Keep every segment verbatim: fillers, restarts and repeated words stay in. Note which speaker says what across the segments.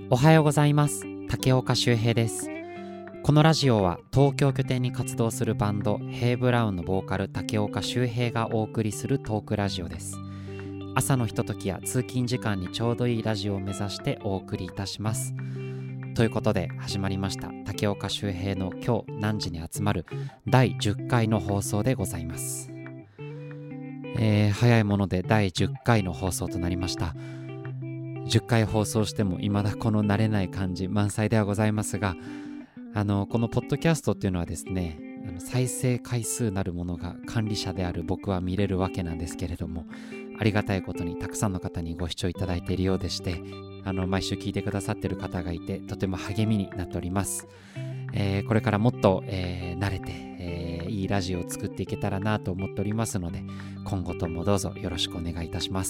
Speaker 1: おはようございます。竹岡修平です。このラジオは東京拠点に活動するバンドヘイブラウンのボーカル竹岡修平がお送りするトークラジオです。朝のひとときや通勤時間にちょうどいいラジオを目指してお送りいたします。ということで始まりました竹岡修平の今日何時に集まるだいじゅっかいの放送でございます。えー、早いものでだいじゅっかいの放送となりました。じゅっかい放送しても未だこの慣れない感じ満載ではございますが、あのこのポッドキャストっていうのはですね、あの再生回数なるものが管理者である僕は見れるわけなんですけれども、ありがたいことにたくさんの方にご視聴いただいているようでして、あの毎週聞いてくださっている方がいてとても励みになっております。えー、これからもっと、えー、慣れて、えー、いいラジオを作っていけたらなと思っておりますので、今後ともどうぞよろしくお願いいたします。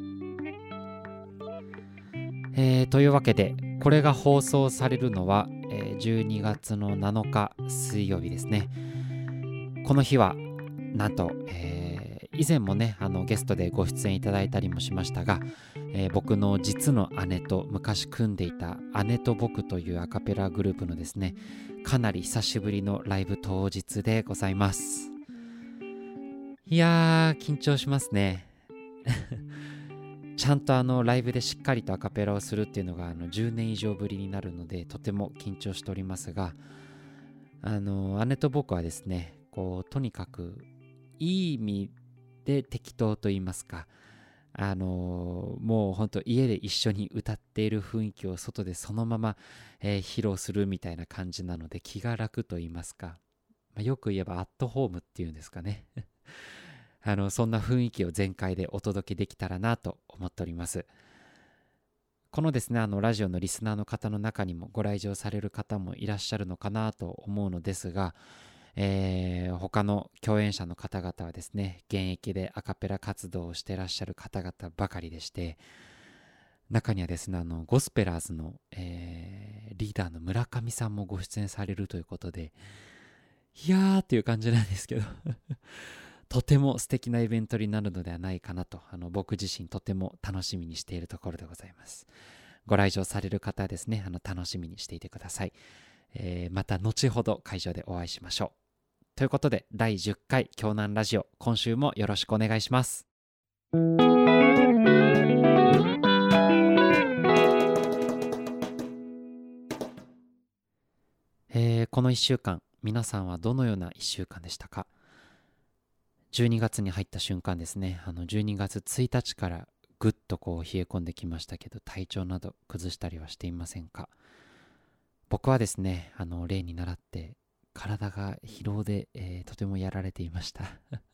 Speaker 1: えー、というわけでこれが放送されるのは、えー、じゅうにがつのなのか水曜日ですね。この日はなんと、えー、以前もねあのゲストでご出演いただいたりもしましたが、えー、僕の実の姉と昔組んでいた姉と僕というアカペラグループのですね、かなり久しぶりのライブ当日でございます。いやー緊張しますねちゃんとあのライブでしっかりとアカペラをするっていうのがあのじゅうねん以上ぶりになるので、とても緊張しておりますが、あの姉と僕はですね、こうとにかくいい意味で適当と言いますか、あのもうほんと家で一緒に歌っている雰囲気を外でそのまま、えー披露するみたいな感じなので気が楽と言いますか、まあ、よく言えばアットホームっていうんですかねあのそんな雰囲気を全開でお届けできたらなと思っております。このですねあのラジオのリスナーの方の中にもご来場される方もいらっしゃるのかなと思うのですが、えー他の共演者の方々はですね、現役でアカペラ活動をしていらっしゃる方々ばかりでして、中にはですねあのゴスペラーズの、えーリーダーの村上さんもご出演されるということで、いやーっていう感じなんですけどとても素敵なイベントになるのではないかなと、あの僕自身とても楽しみにしているところでございます。ご来場される方はですね、あの楽しみにしていてください。えーまた後ほど会場でお会いしましょう。ということでだいじゅっかい京南ラジオ、今週もよろしくお願いします。えーこのいっしゅうかん、皆さんはどのようないっしゅうかんでしたか。じゅうにがつに入った瞬間ですね、あのじゅうにがつついたちからぐっとこう冷え込んできましたけど、体調など崩したりはしていませんか。僕はですね、あの例に倣って体が疲労で、えーとてもやられていました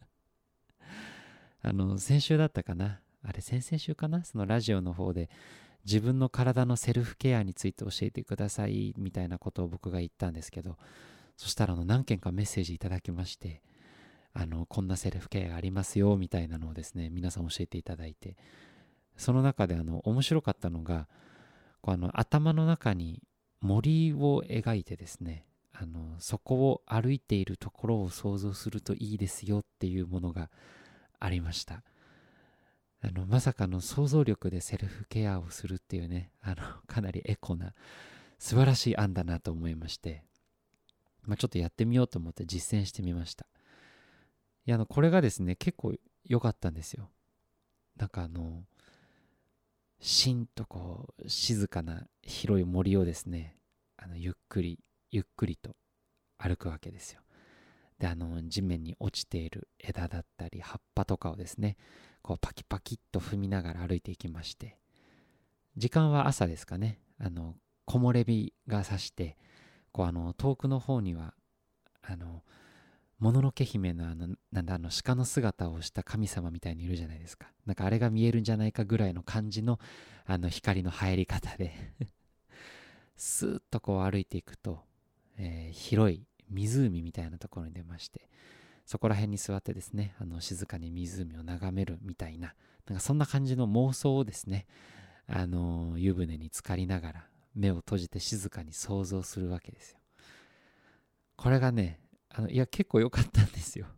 Speaker 1: あの先週だったかな、あれ先々週かな、そのラジオの方で自分の体のセルフケアについて教えてくださいみたいなことを僕が言ったんですけど、そしたらあの何件かメッセージいただきまして、あのこんなセルフケアがありますよみたいなのをですね皆さん教えていただいて、その中であの面白かったのが、こうあの頭の中に森を描いてですね、あのそこを歩いているところを想像するといいですよっていうものがありました。あのまさかの想像力でセルフケアをするっていうね、あのかなりエコな素晴らしい案だなと思いまして、まあ、ちょっとやってみようと思って実践してみました。いやあのこれがですね結構良かったんですよ。なんかあのしんとこう静かな広い森をですね、あのゆっくりゆっくりと歩くわけですよ。であの地面に落ちている枝だったり葉っぱとかをですね、こうパキパキっと踏みながら歩いていきまして、時間は朝ですかね、あの木漏れ日が差して、こうあの遠くの方にはあのもののけ姫のあのなんだあの鹿の姿をした神様みたいにいるじゃないですか。なんかあれが見えるんじゃないかぐらいの感じのあの光の入り方でスーッとこう歩いていくと、えー広い湖みたいなところに出まして、そこら辺に座ってですね、あの静かに湖を眺めるみたいな、なんかそんな感じの妄想をですね、あの湯船に浸かりながら目を閉じて静かに想像するわけですよ。これがね、あのいや結構良かったんですよ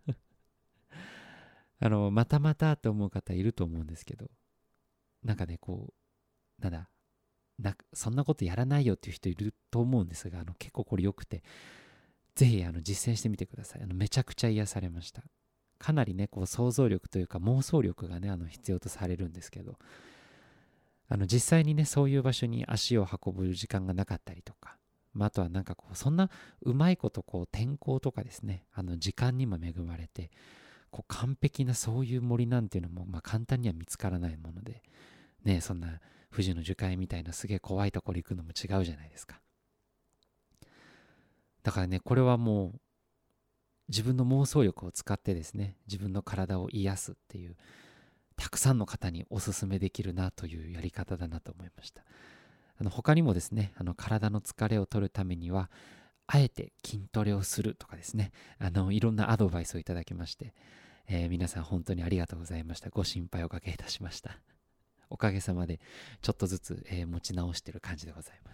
Speaker 1: あのまたまたと思う方いると思うんですけど、なんかねこうなんだなそんなことやらないよっていう人いると思うんですが、あの結構これ良くて、ぜひあの実践してみてください。あのめちゃくちゃ癒されました。かなりねこう想像力というか妄想力がねあの必要とされるんですけど、あの実際にねそういう場所に足を運ぶ時間がなかったりとか、まあ、あとはなんかこうそんなうまいことこう天候とかですね、あの時間にも恵まれて、こう完璧なそういう森なんていうのもまあ簡単には見つからないものでね、そんな富士の樹海みたいなすげえ怖いところ行くのも違うじゃないですか。だからねこれはもう自分の妄想力を使ってですね、自分の体を癒すっていう、たくさんの方におすすめできるなというやり方だなと思いました。あの他にもですね、あの体の疲れを取るためにはあえて筋トレをするとかですね、あのいろんなアドバイスをいただきまして、えー皆さん本当にありがとうございました。ご心配おかけいたしました。おかげさまでちょっとずつ、えー持ち直している感じでございます。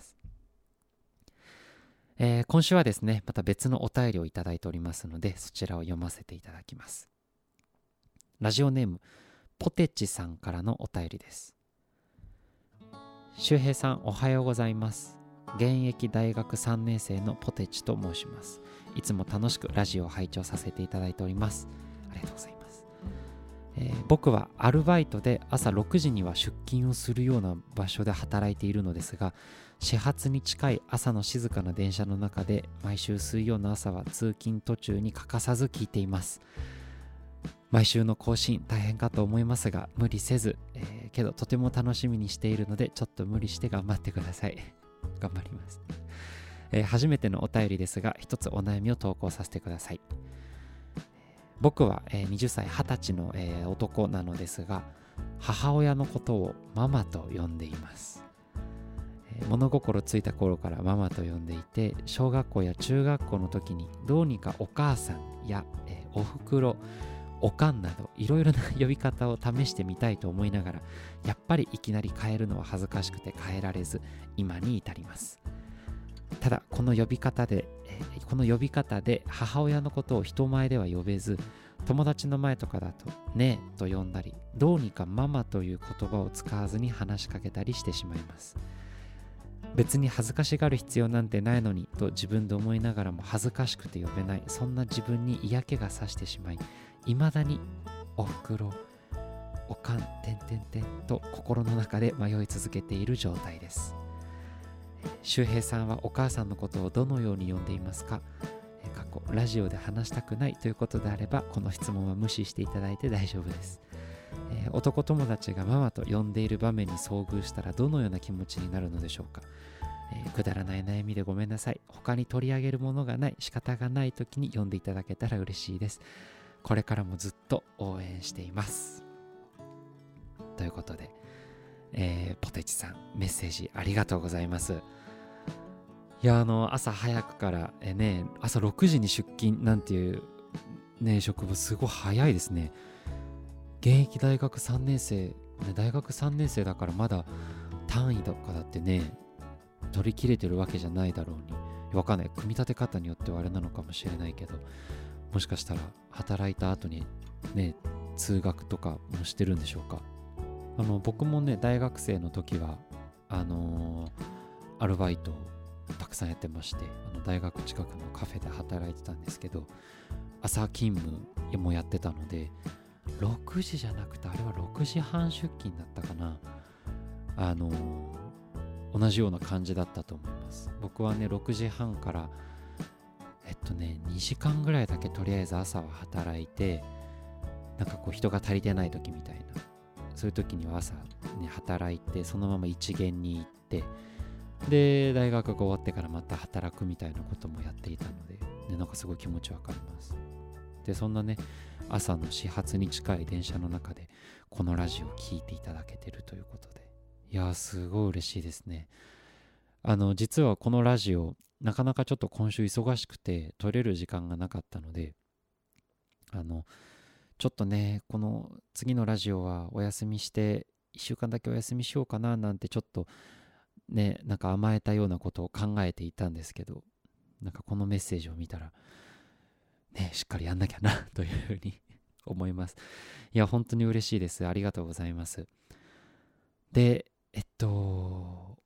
Speaker 1: えー今週はですねまた別のお便りをいただいておりますので、そちらを読ませていただきます。ラジオネームポテチさんからのお便りです。周平さんおはようございます。現役大学さんねん生のポテチと申します。いつも楽しくラジオを拝聴させていただいております。ありがとうございます。えー僕はアルバイトで朝ろくじには出勤をするような場所で働いているのですが、始発に近い朝の静かな電車の中で毎週水曜の朝は通勤途中に欠かさず聞いています。毎週の更新大変かと思いますが無理せず、えーけどとても楽しみにしているのでちょっと無理して頑張ってください。頑張ります。えー初めてのお便りですが一つお悩みを投稿させてください。僕は、えー、はたちはたちの、えー男なのですが、母親のことをママと呼んでいます。えー物心ついた頃からママと呼んでいて、小学校や中学校の時にどうにかお母さんや、えーおふくろ、おかんなどいろいろな呼び方を試してみたいと思いながら、やっぱりいきなり変えるのは恥ずかしくて変えられず、今に至ります。ただこの呼び方で、えーこの呼び方で母親のことを人前では呼べず、友達の前とかだとねえと呼んだり、どうにかママという言葉を使わずに話しかけたりしてしまいます。別に恥ずかしがる必要なんてないのにと自分で思いながらも恥ずかしくて呼べない、そんな自分に嫌気がさしてしまい、いまだにおふくろ、おかん、てんてんてんと心の中で迷い続けている状態です。周平さんはお母さんのことをどのように呼んでいますか？えー過去ラジオで話したくないということであればこの質問は無視していただいて大丈夫です。えー男友達がママと呼んでいる場面に遭遇したらどのような気持ちになるのでしょうか？えーくだらない悩みでごめんなさい。他に取り上げるものがない、仕方がない時に呼んでいただけたら嬉しいです。これからもずっと応援しています。ということで、えーポテチさんメッセージありがとうございます。いや、あの朝早くからえね朝ろくじに出勤なんていうね職場すごい早いですね。現役大学さんねん生、ね、大学さんねん生だからまだ単位とかだってね取り切れてるわけじゃないだろうに、わかんない、組み立て方によってはあれなのかもしれないけど、もしかしたら働いた後にね通学とかもしてるんでしょうか。あの僕もね大学生の時はあのーアルバイトをたくさんやってまして、あの大学近くのカフェで働いてたんですけど、朝勤務もやってたのでろくじじゃなくてあれはろくじはん出勤だったかな。あのー同じような感じだったと思います。僕はねろくじはんからえっとねにじかんぐらいだけとりあえず朝は働いて、なんかこう人が足りてない時みたいな、そういう時には朝ね働いてそのまま一限に行って、で大学が終わってからまた働くみたいなこともやっていたので、ね、なんかすごい気持ちわかります。でそんなね朝の始発に近い電車の中でこのラジオを聞いていただけてるということで、いやーすごい嬉しいですね。あの実はこのラジオなかなかちょっと今週忙しくて撮れる時間がなかったので、あのちょっとねこの次のラジオはお休みしていっしゅうかんだけお休みしようかななんてちょっとねなんか甘えたようなことを考えていたんですけど、なんかこのメッセージを見たらねしっかりやんなきゃなというふうに思います。いや本当に嬉しいです。ありがとうございます。でえっと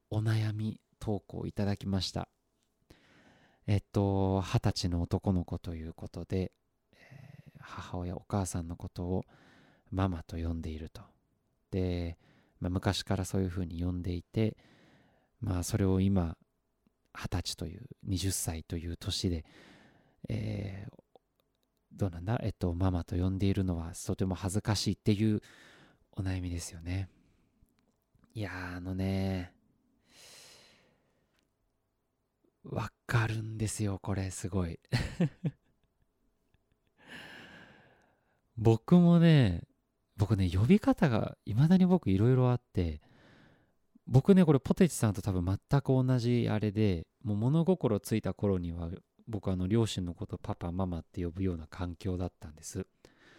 Speaker 1: お悩み投稿いただきました。えっと二十歳の男の子ということで、えー母親お母さんのことをママと呼んでいると。で、まあ、昔からそういうふうに呼んでいて、まあそれを今二十歳というはたちという年で、えーどうなんだえっとママと呼んでいるのはとても恥ずかしいっていうお悩みですよね。いやーあのねわかるんですよ、これすごい。僕もね、僕ね、呼び方がいまだに僕いろいろあって、僕ね、これポテチさんと多分全く同じあれで、もう物心ついた頃には、僕あの両親のことパパママって呼ぶような環境だったんです。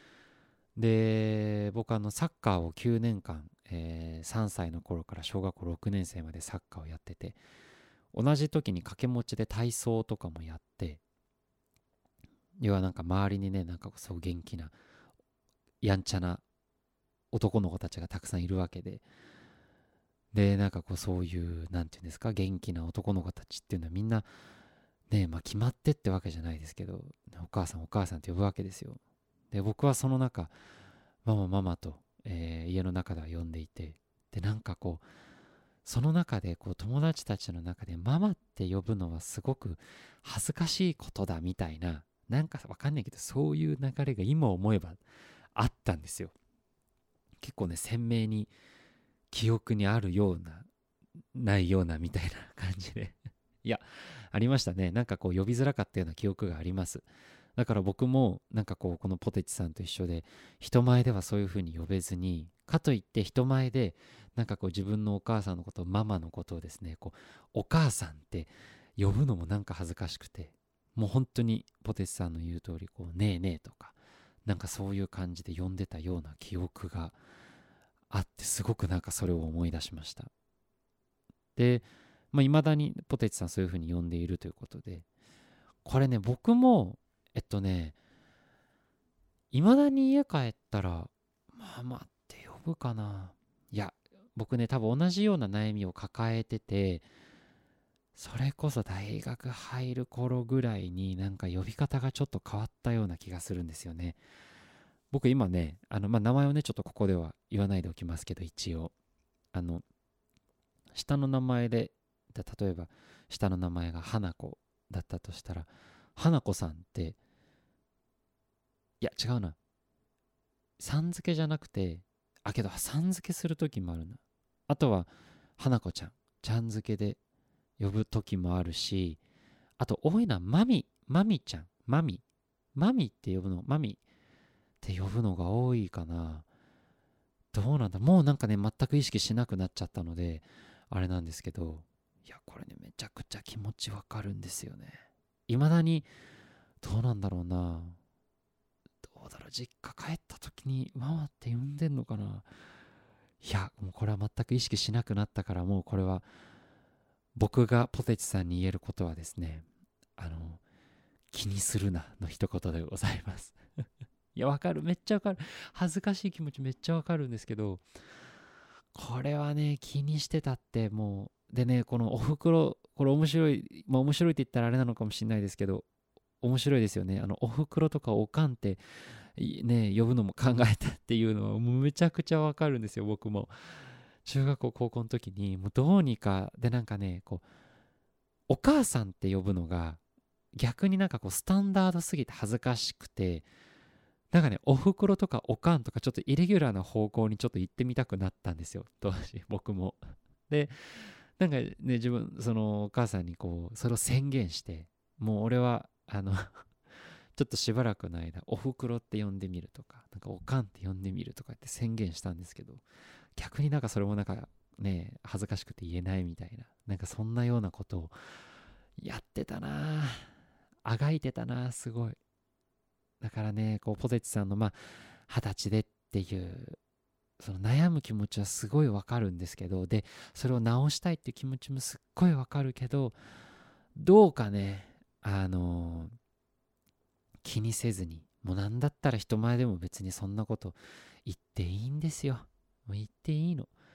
Speaker 1: で、僕あのサッカーをきゅうねんかん、えーさんさいの頃から小学校ろくねん生までサッカーをやってて、同じ時に掛け持ちで体操とかもやって、要はなんか周りにね、なんかそう元気な、やんちゃな男の子たちがたくさんいるわけで、で、なんかこうそういう、なんていうんですか、元気な男の子たちっていうのはみんな、ね、まあ決まってってわけじゃないですけど、お母さんお母さんって呼ぶわけですよ。で、僕はその中、ママママと、えー家の中では呼んでいて、で、なんかこう、その中でこう友達たちの中でママって呼ぶのはすごく恥ずかしいことだみたいな、なんかわかんないけど、そういう流れが今思えばあったんですよ。結構ね、鮮明に記憶にあるような、ないようなみたいな感じでいや、ありましたね。なんかこう呼びづらかったような記憶があります。だから僕もなんかこうこのポテチさんと一緒で、人前ではそういう風に呼べずに、かといって人前でなんかこう自分のお母さんのこと、ママのことをですね、こうお母さんって呼ぶのもなんか恥ずかしくて、もう本当にポテチさんの言う通り、こうねえねえとか、なんかそういう感じで呼んでたような記憶があって、すごくなんかそれを思い出しました。で、まあ、未だにポテチさんそういう風に呼んでいるということで、これね、僕も、えっとね、未だに家帰ったら、ママって呼ぶかな。いや、僕ね、多分同じような悩みを抱えてて、それこそ大学入る頃ぐらいになんか呼び方がちょっと変わったような気がするんですよね。僕今ね、あの、まあ、名前をね、ちょっとここでは言わないでおきますけど、一応、あの、下の名前で、例えば、下の名前が花子だったとしたら、花子さんって、いや、違うな。さん付けじゃなくて、あ、けど、さん付けするときもあるな。あとは、花子ちゃん、ちゃん付けで呼ぶときもあるし、あと、多いのは、マミ、マミちゃん、マミ、マミって呼ぶの、マミって呼ぶのが多いかな。どうなんだ、もうなんかね、全く意識しなくなっちゃったので、あれなんですけど、いや、これね、めちゃくちゃ気持ちわかるんですよね。いまだに、どうなんだろうな。どうだろう、実家帰った時に、ママって呼んでんのかな。いや、もうこれは全く意識しなくなったから、もうこれは、僕がポテチさんに言えることはですね、あの、気にするなの一言でございます。いや、わかる。めっちゃわかる。恥ずかしい気持ちめっちゃわかるんですけど、これはね、気にしてたってもう、でね、このお袋、これ面白い、まあ面白いって言ったらあれなのかもしれないですけど、面白いですよね。あの、お袋とかおかんってね、呼ぶのも考えたっていうのはむちゃくちゃわかるんですよ、僕も。中学校、高校の時に、もうどうにか、でなんかね、こう、お母さんって呼ぶのが、逆になんかこう、スタンダードすぎて恥ずかしくて、なんかね、お袋とかおかんとかちょっとイレギュラーな方向にちょっと行ってみたくなったんですよ、当時、僕も。で、なんかね、自分、そのお母さんにこう、それを宣言して、もう俺は、あのちょっとしばらくの間、おふくろって呼んでみるとか、なんかおかんって呼んでみるとかって宣言したんですけど、逆になんかそれもなんかね、恥ずかしくて言えないみたいな、なんかそんなようなことをやってたなぁ。あがいてたなぁ、すごい。だからね、こう、ポテチさんの、まあ、二十歳でっていう、その悩む気持ちはすごいわかるんですけど、で、それを直したいっていう気持ちもすっごいわかるけど、どうかね、あの気にせずに、もうなんだったら人前でも別にそんなこと言っていいんですよ。もう言っていいの。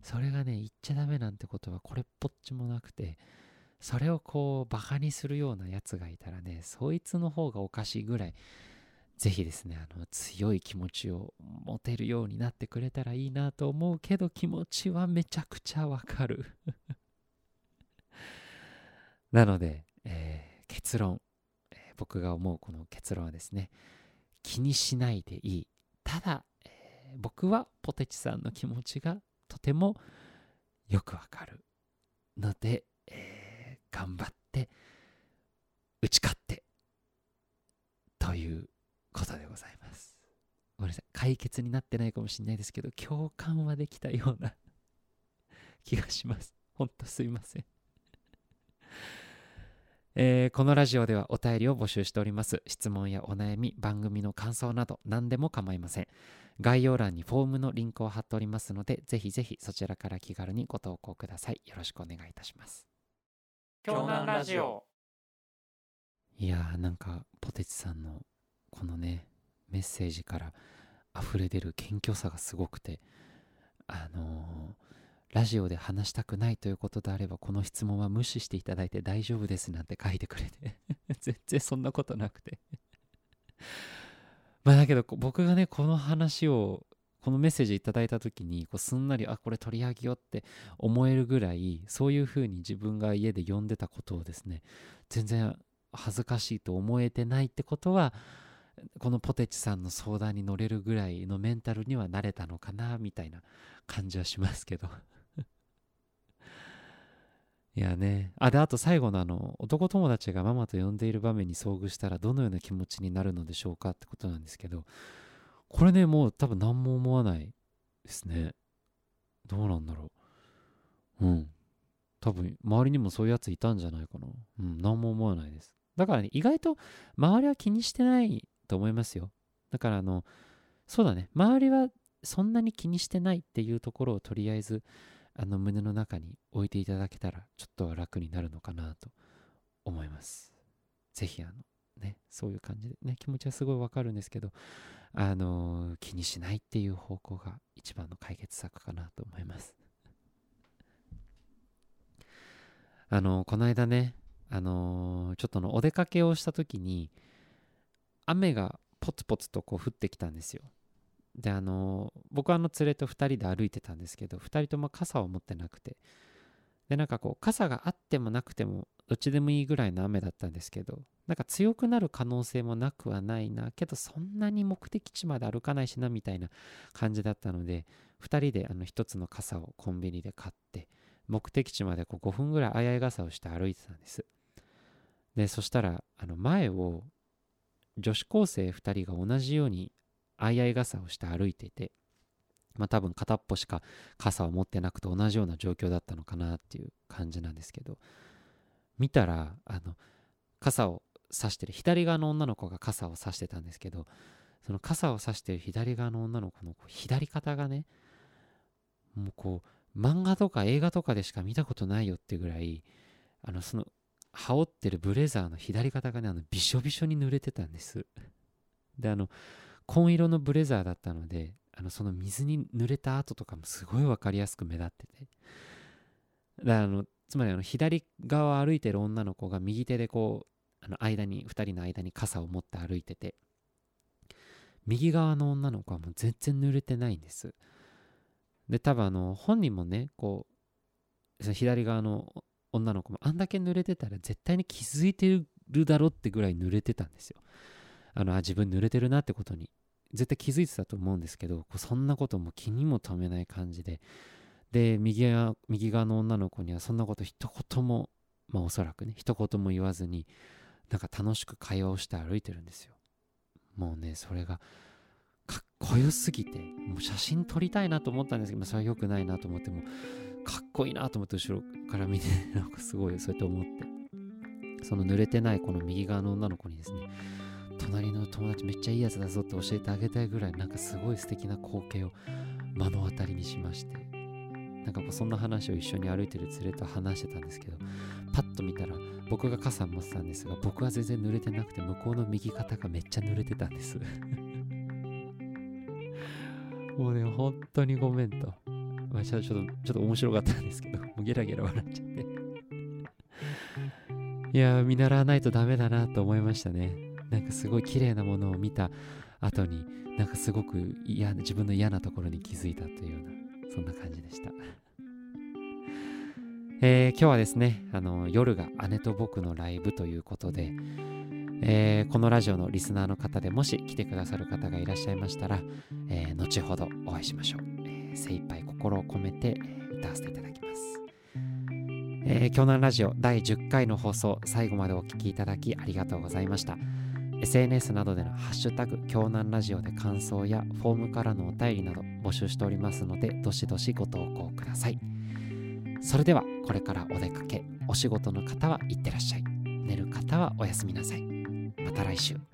Speaker 1: それがね言っちゃダメなんてことはこれっぽっちもなくて、それをこうバカにするようなやつがいたらね、そいつの方がおかしいぐらい、ぜひですね、あの強い気持ちを持てるようになってくれたらいいなと思うけど、気持ちはめちゃくちゃわかるなので、えー結論、えー僕が思うこの結論はですね、気にしないでいい。ただ、えー僕はポテチさんの気持ちがとてもよくわかるので、えー頑張って打ち勝ってということでございます。ごめんなさい、解決になってないかもしれないですけど、共感はできたような気がします。ほんとすいません。えーこのラジオではお便りを募集しております。質問やお悩み、番組の感想など何でも構いません。概要欄にフォームのリンクを貼っておりますので、ぜひぜひそちらから気軽にご投稿ください。よろしくお願いいたします。
Speaker 2: 京南ラジオ。
Speaker 1: いやー、なんかポテチさんのこのねメッセージから溢れ出る謙虚さがすごくて、あのーラジオで話したくないということであれば、この質問は無視していただいて大丈夫ですなんて書いてくれて全然そんなことなくてまあだけどこ僕がねこの話をこのメッセージいただいた時にこうすんなり、あこれ取り上げようって思えるぐらい、そういう風に自分が家で読んでたことをですね、全然恥ずかしいと思えてないってことは、このポテチさんの相談に乗れるぐらいのメンタルにはなれたのかなみたいな感じはしますけどいやね。あ、で、あと最後のあの、男友達がママと呼んでいる場面に遭遇したらどのような気持ちになるのでしょうかってことなんですけど、これね、もう多分何も思わないですね。どうなんだろう。うん。多分、周りにもそういうやついたんじゃないかな。うん、何も思わないです。だからね、意外と周りは気にしてないと思いますよ。だからあの、そうだね、周りはそんなに気にしてないっていうところをとりあえず、あの胸の中に置いていただけたらちょっとは楽になるのかなと思います。ぜひあのね、そういう感じでね、気持ちはすごいわかるんですけど、あのー気にしないっていう方向が一番の解決策かなと思います。あのーこの間ね、あのーちょっとのお出かけをした時に雨がポツポツとこう降ってきたんですよ。であのー僕はあの連れとふたりで歩いてたんですけど、ふたりとも傘を持ってなくて、でなんかこう傘があってもなくてもどっちでもいいぐらいの雨だったんですけど、なんか強くなる可能性もなくはないな、けどそんなに目的地まで歩かないしなみたいな感じだったので、ふたりであのひとつの傘をコンビニで買って目的地までこうごふんぐらいあいあい傘をして歩いてたんです。でそしたらあの前を女子高生ふたりが同じようにあいあい傘をして歩いていて、まあ多分片っぽしか傘を持ってなくて同じような状況だったのかなっていう感じなんですけど、見たらあの傘を差してる左側の女の子が傘を差してたんですけど、その傘を差してる左側の女の子の左肩がね、もうこう漫画とか映画とかでしか見たことないよっていうぐらい、あのその羽織ってるブレザーの左肩がね、あのびしょびしょに濡れてたんです。であの紺色のブレザーだったので、あのその水に濡れた跡とかもすごい分かりやすく目立ってて、だからあのつまりあの左側を歩いてる女の子が右手でこうあの間にふたりの間に傘を持って歩いてて、右側の女の子はもう全然濡れてないんです。で多分あの本人もね、こうその左側の女の子もあんだけ濡れてたら絶対に気づいてるだろってぐらい濡れてたんですよ。あのあ自分濡れてるなってことに絶対気づいてたと思うんですけど、こうそんなことも気にも留めない感じで、で右側右側の女の子にはそんなこと一言も、まあおそらくね一言も言わずに、なんか楽しく会話をして歩いてるんですよ。もうねそれがかっこよすぎて、もう写真撮りたいなと思ったんですけど、それは良くないなと思って、もかっこいいなと思って後ろから見てなんかすごいそうやって思って、その濡れてないこの右側の女の子にですね、隣の友達めっちゃいいやつだぞって教えてあげたいぐらい、なんかすごい素敵な光景を目の当たりにしまして、なんかこうそんな話を一緒に歩いてる連れと話してたんですけど、パッと見たら僕が傘持ってたんですが、僕は全然濡れてなくて向こうの右肩がめっちゃ濡れてたんですもうね本当にごめんと、 まあ、ちょっとちょっとちょっと面白かったんですけど、もうゲラゲラ笑っちゃって。いやー、見習わないとダメだなと思いましたね。なんかすごい綺麗なものを見た後に、なんかすごく嫌な、自分の嫌なところに気づいたというような、そんな感じでした。えー、今日はですね、あの夜が姉と僕のライブということで、えー、このラジオのリスナーの方でもし来てくださる方がいらっしゃいましたら、えー、後ほどお会いしましょう。えー、精一杯心を込めて歌わせていただきます。えー、京南ラジオだいじゅっかいの放送、最後までお聞きいただきありがとうございました。エスエヌエス などでのハッシュタグ京南ラジオで感想やフォームからのお便りなど募集しておりますので、どしどしご投稿ください。それではこれからお出かけ、お仕事の方はいってらっしゃい、寝る方はおやすみなさい。また来週。